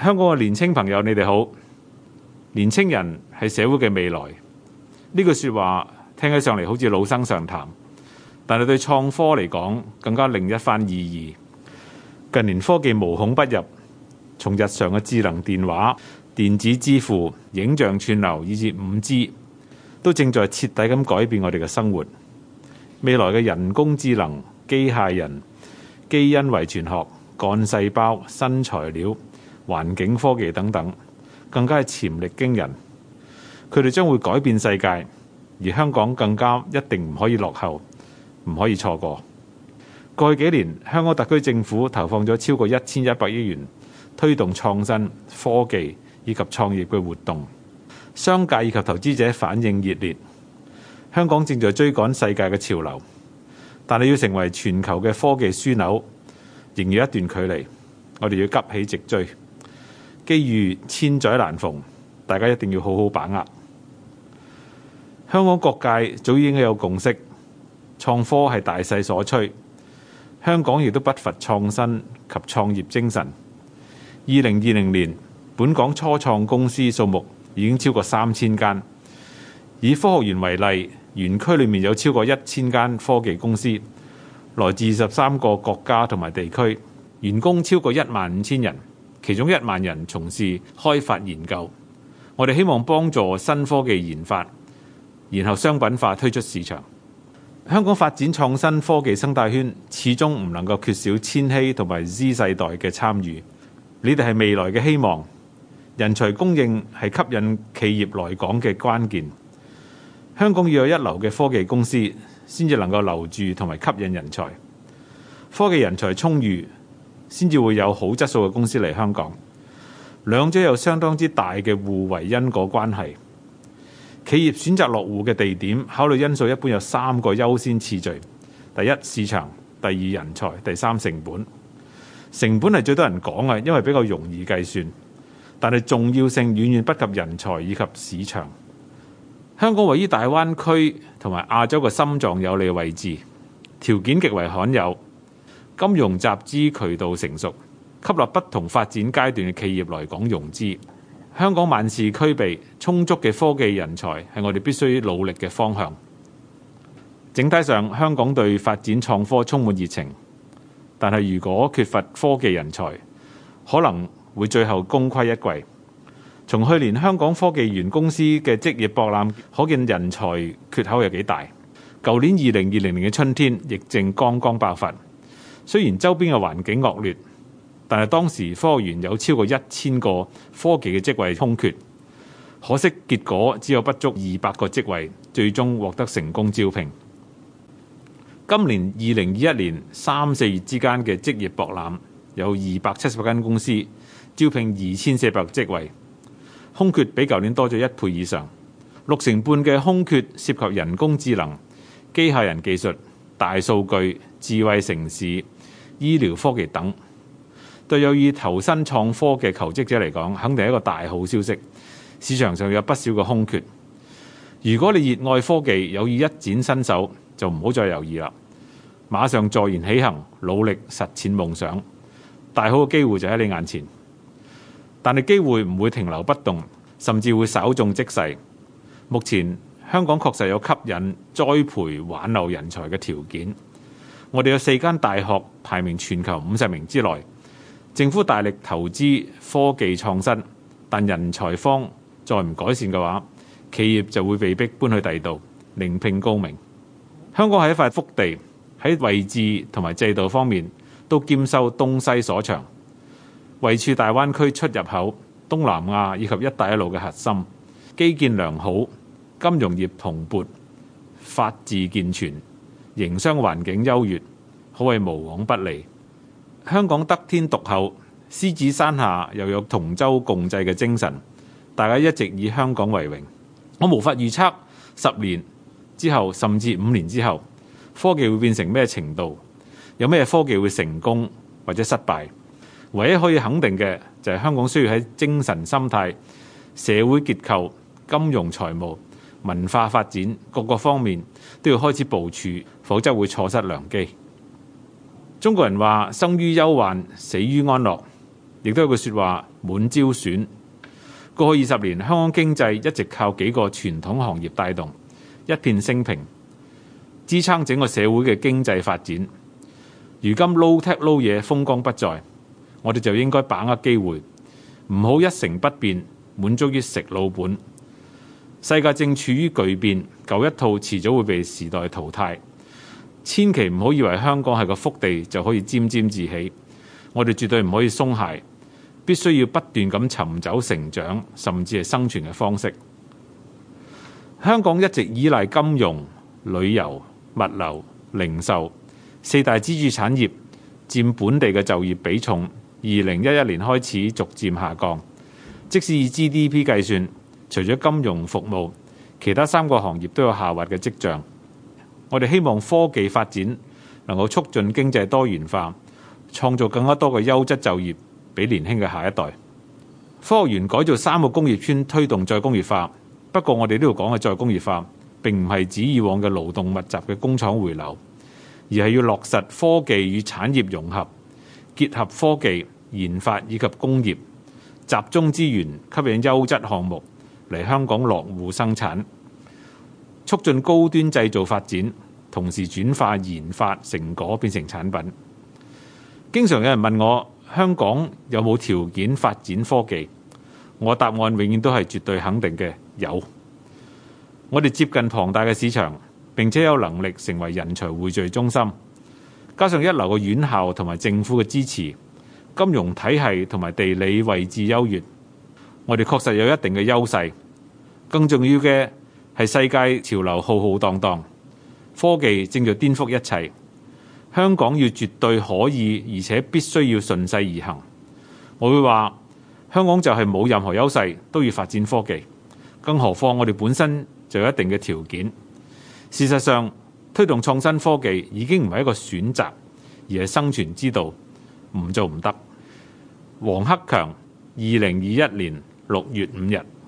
香港嘅年青朋友，你哋好。年青人係社會嘅未來，呢句說話聽起上嚟好似老生常談，但係對創科嚟講更加另一番意義。近年科技無孔不入，從日常嘅智能電話、電子支付、影像串流以至 5G， 都正在徹底咁改變我哋嘅生活。未來嘅人工智能、機械人、基因遺傳學、幹細胞、新材料、環境科技等等，更加係潛力驚人。佢哋將會改變世界，而香港更加一定唔可以落後，唔可以錯過。過去幾年，香港特區政府投放咗超過1100億元推動創新、科技以及創業嘅活動，商界以及投資者反應熱烈。香港正在追趕世界嘅潮流，但係要成為全球嘅科技樞紐，仍有一段距離。我哋要急起直追，機遇千載難逢，大家一定要好好把握。香港各界早已經有共識，創科係大勢所趨，香港亦都不乏創新及創業精神。2020年，本港初創公司數目已經超過3000間。以科學園為例，園區裏面有超過1000間科技公司，來自23個國家同埋地區，員工超過15000人，其中1萬人從事開發研究。我哋希望幫助新科技研發，然後商品化推出市場。香港發展創新科技生態圈，始終唔能夠缺少千禧同埋 Z 世代嘅參與。你哋係未來嘅希望，人才供應係吸引企業來港嘅關鍵。香港要有一流嘅科技公司，先至能夠留住同埋吸引人才。科技人才充裕，先至會有好質素嘅公司嚟香港。兩者有相當之大嘅互為因果關係。企業選擇落戶嘅地點，考慮因素一般有3個優先次序：第一，市場；第二，人才；第三，成本。成本係最多人講嘅，因為比較容易計算，但係重要性遠遠不及人才以及市場。香港位於大灣區同埋亞洲嘅心臟有利位置，條件極為罕有，金融集資渠道成熟，吸納不同發展階段嘅企業來港融資。香港萬事俱備，充足嘅科技人才係我哋必須努力嘅方向。整體上，香港對發展創科充滿熱情，但係如果缺乏科技人才，可能會最後功虧一簣。從去年香港科技園公司嘅職業博覽，可見人才缺口有幾大。舊年2020年嘅春天，疫症剛剛爆發，雖然周邊嘅環境惡劣，但係當時科學園有超過1000個科技嘅職位空缺，可惜結果只有不足200個職位，最終獲得成功招聘。今年2021年3、4月之間嘅職業博覽有270間公司招聘2400個職位。空缺比舊年多咗1倍以上，6成半嘅空缺涉及人工智能、機械人技術、大數據、智慧城市、醫療科技等。對有意投身創科嘅求職者嚟講，肯定係一個大好消息。市場上有不少嘅空缺。如果你熱愛科技，有意一展身手，就唔好再猶豫啦，馬上坐言起行，努力實踐夢想。大好嘅機會就喺你眼前。但係機會唔會停留不動，甚至會稍縱即逝。目前香港確實有吸引、栽培、挽留人才嘅條件。我哋有4間大學排名全球50名之內。政府大力投資科技創新，但人才方再唔改善嘅話，企業就會被逼搬去第二度，另聘高明。香港係一塊福地，喺位置同埋制度方面都兼收東西所長。位處大灣區出入口、東南亞以及一帶一路嘅核心，基建良好，金融業蓬勃，法治健全，營商環境優越，可謂無往不利。香港得天獨厚，獅子山下又有同舟共濟嘅精神，大家一直以香港為榮。我無法預測10年之後，甚至5年之後，科技會變成咩程度，有咩科技會成功或者失敗。唯一可以肯定嘅就係香港需要喺精神心態、社會結構、金融財務、文化發展各個方面都要開始部署，否則會錯失良機。中國人話：生於憂患，死於安樂。 亦都有句説話滿招損。過去20年，香港經濟一直靠幾個傳統行業帶動，一片升平，支撐整個社會嘅經濟發展。如今撈踢撈嘢風光不再，我哋就應該把握機會，唔好一成不變，滿足於食老本。世界正處於巨變，舊一套遲早會被時代淘汰。千祈唔好以為香港係個福地就可以沾沾自喜，我哋絕對唔可以鬆懈，必須要不斷咁尋找成長，甚至係生存嘅方式。香港一直依賴金融、旅遊、物流、零售4大支柱產業，佔本地嘅就業比重2011年開始逐漸下降。即使以 GDP 計算，除咗金融服務，其他3個行業都有下滑嘅跡象。我哋希望科技發展能夠促進經濟多元化，創造更加多嘅優質就業俾年輕嘅下一代。科學園改造3個工業村，推動再工業化。不過我哋呢度講嘅再工業化並唔係指以往嘅勞動密集嘅工廠回流，而係要落實科技與產業融合，結合科技研發以及工業，集中資源吸引優質項目嚟香港落戶生產，促進高端製造發展，同時轉化研發成果變成產品。經常有人問我香港有冇條件發展科技，我答案永遠都係絕對肯定嘅，有。我哋接近龐大嘅市場，並且有能力成為人才匯聚中心，加上一流嘅院校同埋政府嘅支持，金融體系同埋地理位置優越，我哋確實有一定嘅優勢。更重要嘅係世界潮流浩浩蕩蕩，科技正在顛覆一切。香港要絕對可以，而且必須要順勢而行。我會話香港就係冇任何優勢都要發展科技，更何況我哋本身就有一定嘅條件。事實上，推動創新科技已經唔係一個選擇，而係生存之道，唔做唔得。黃克強，2021年6月5日。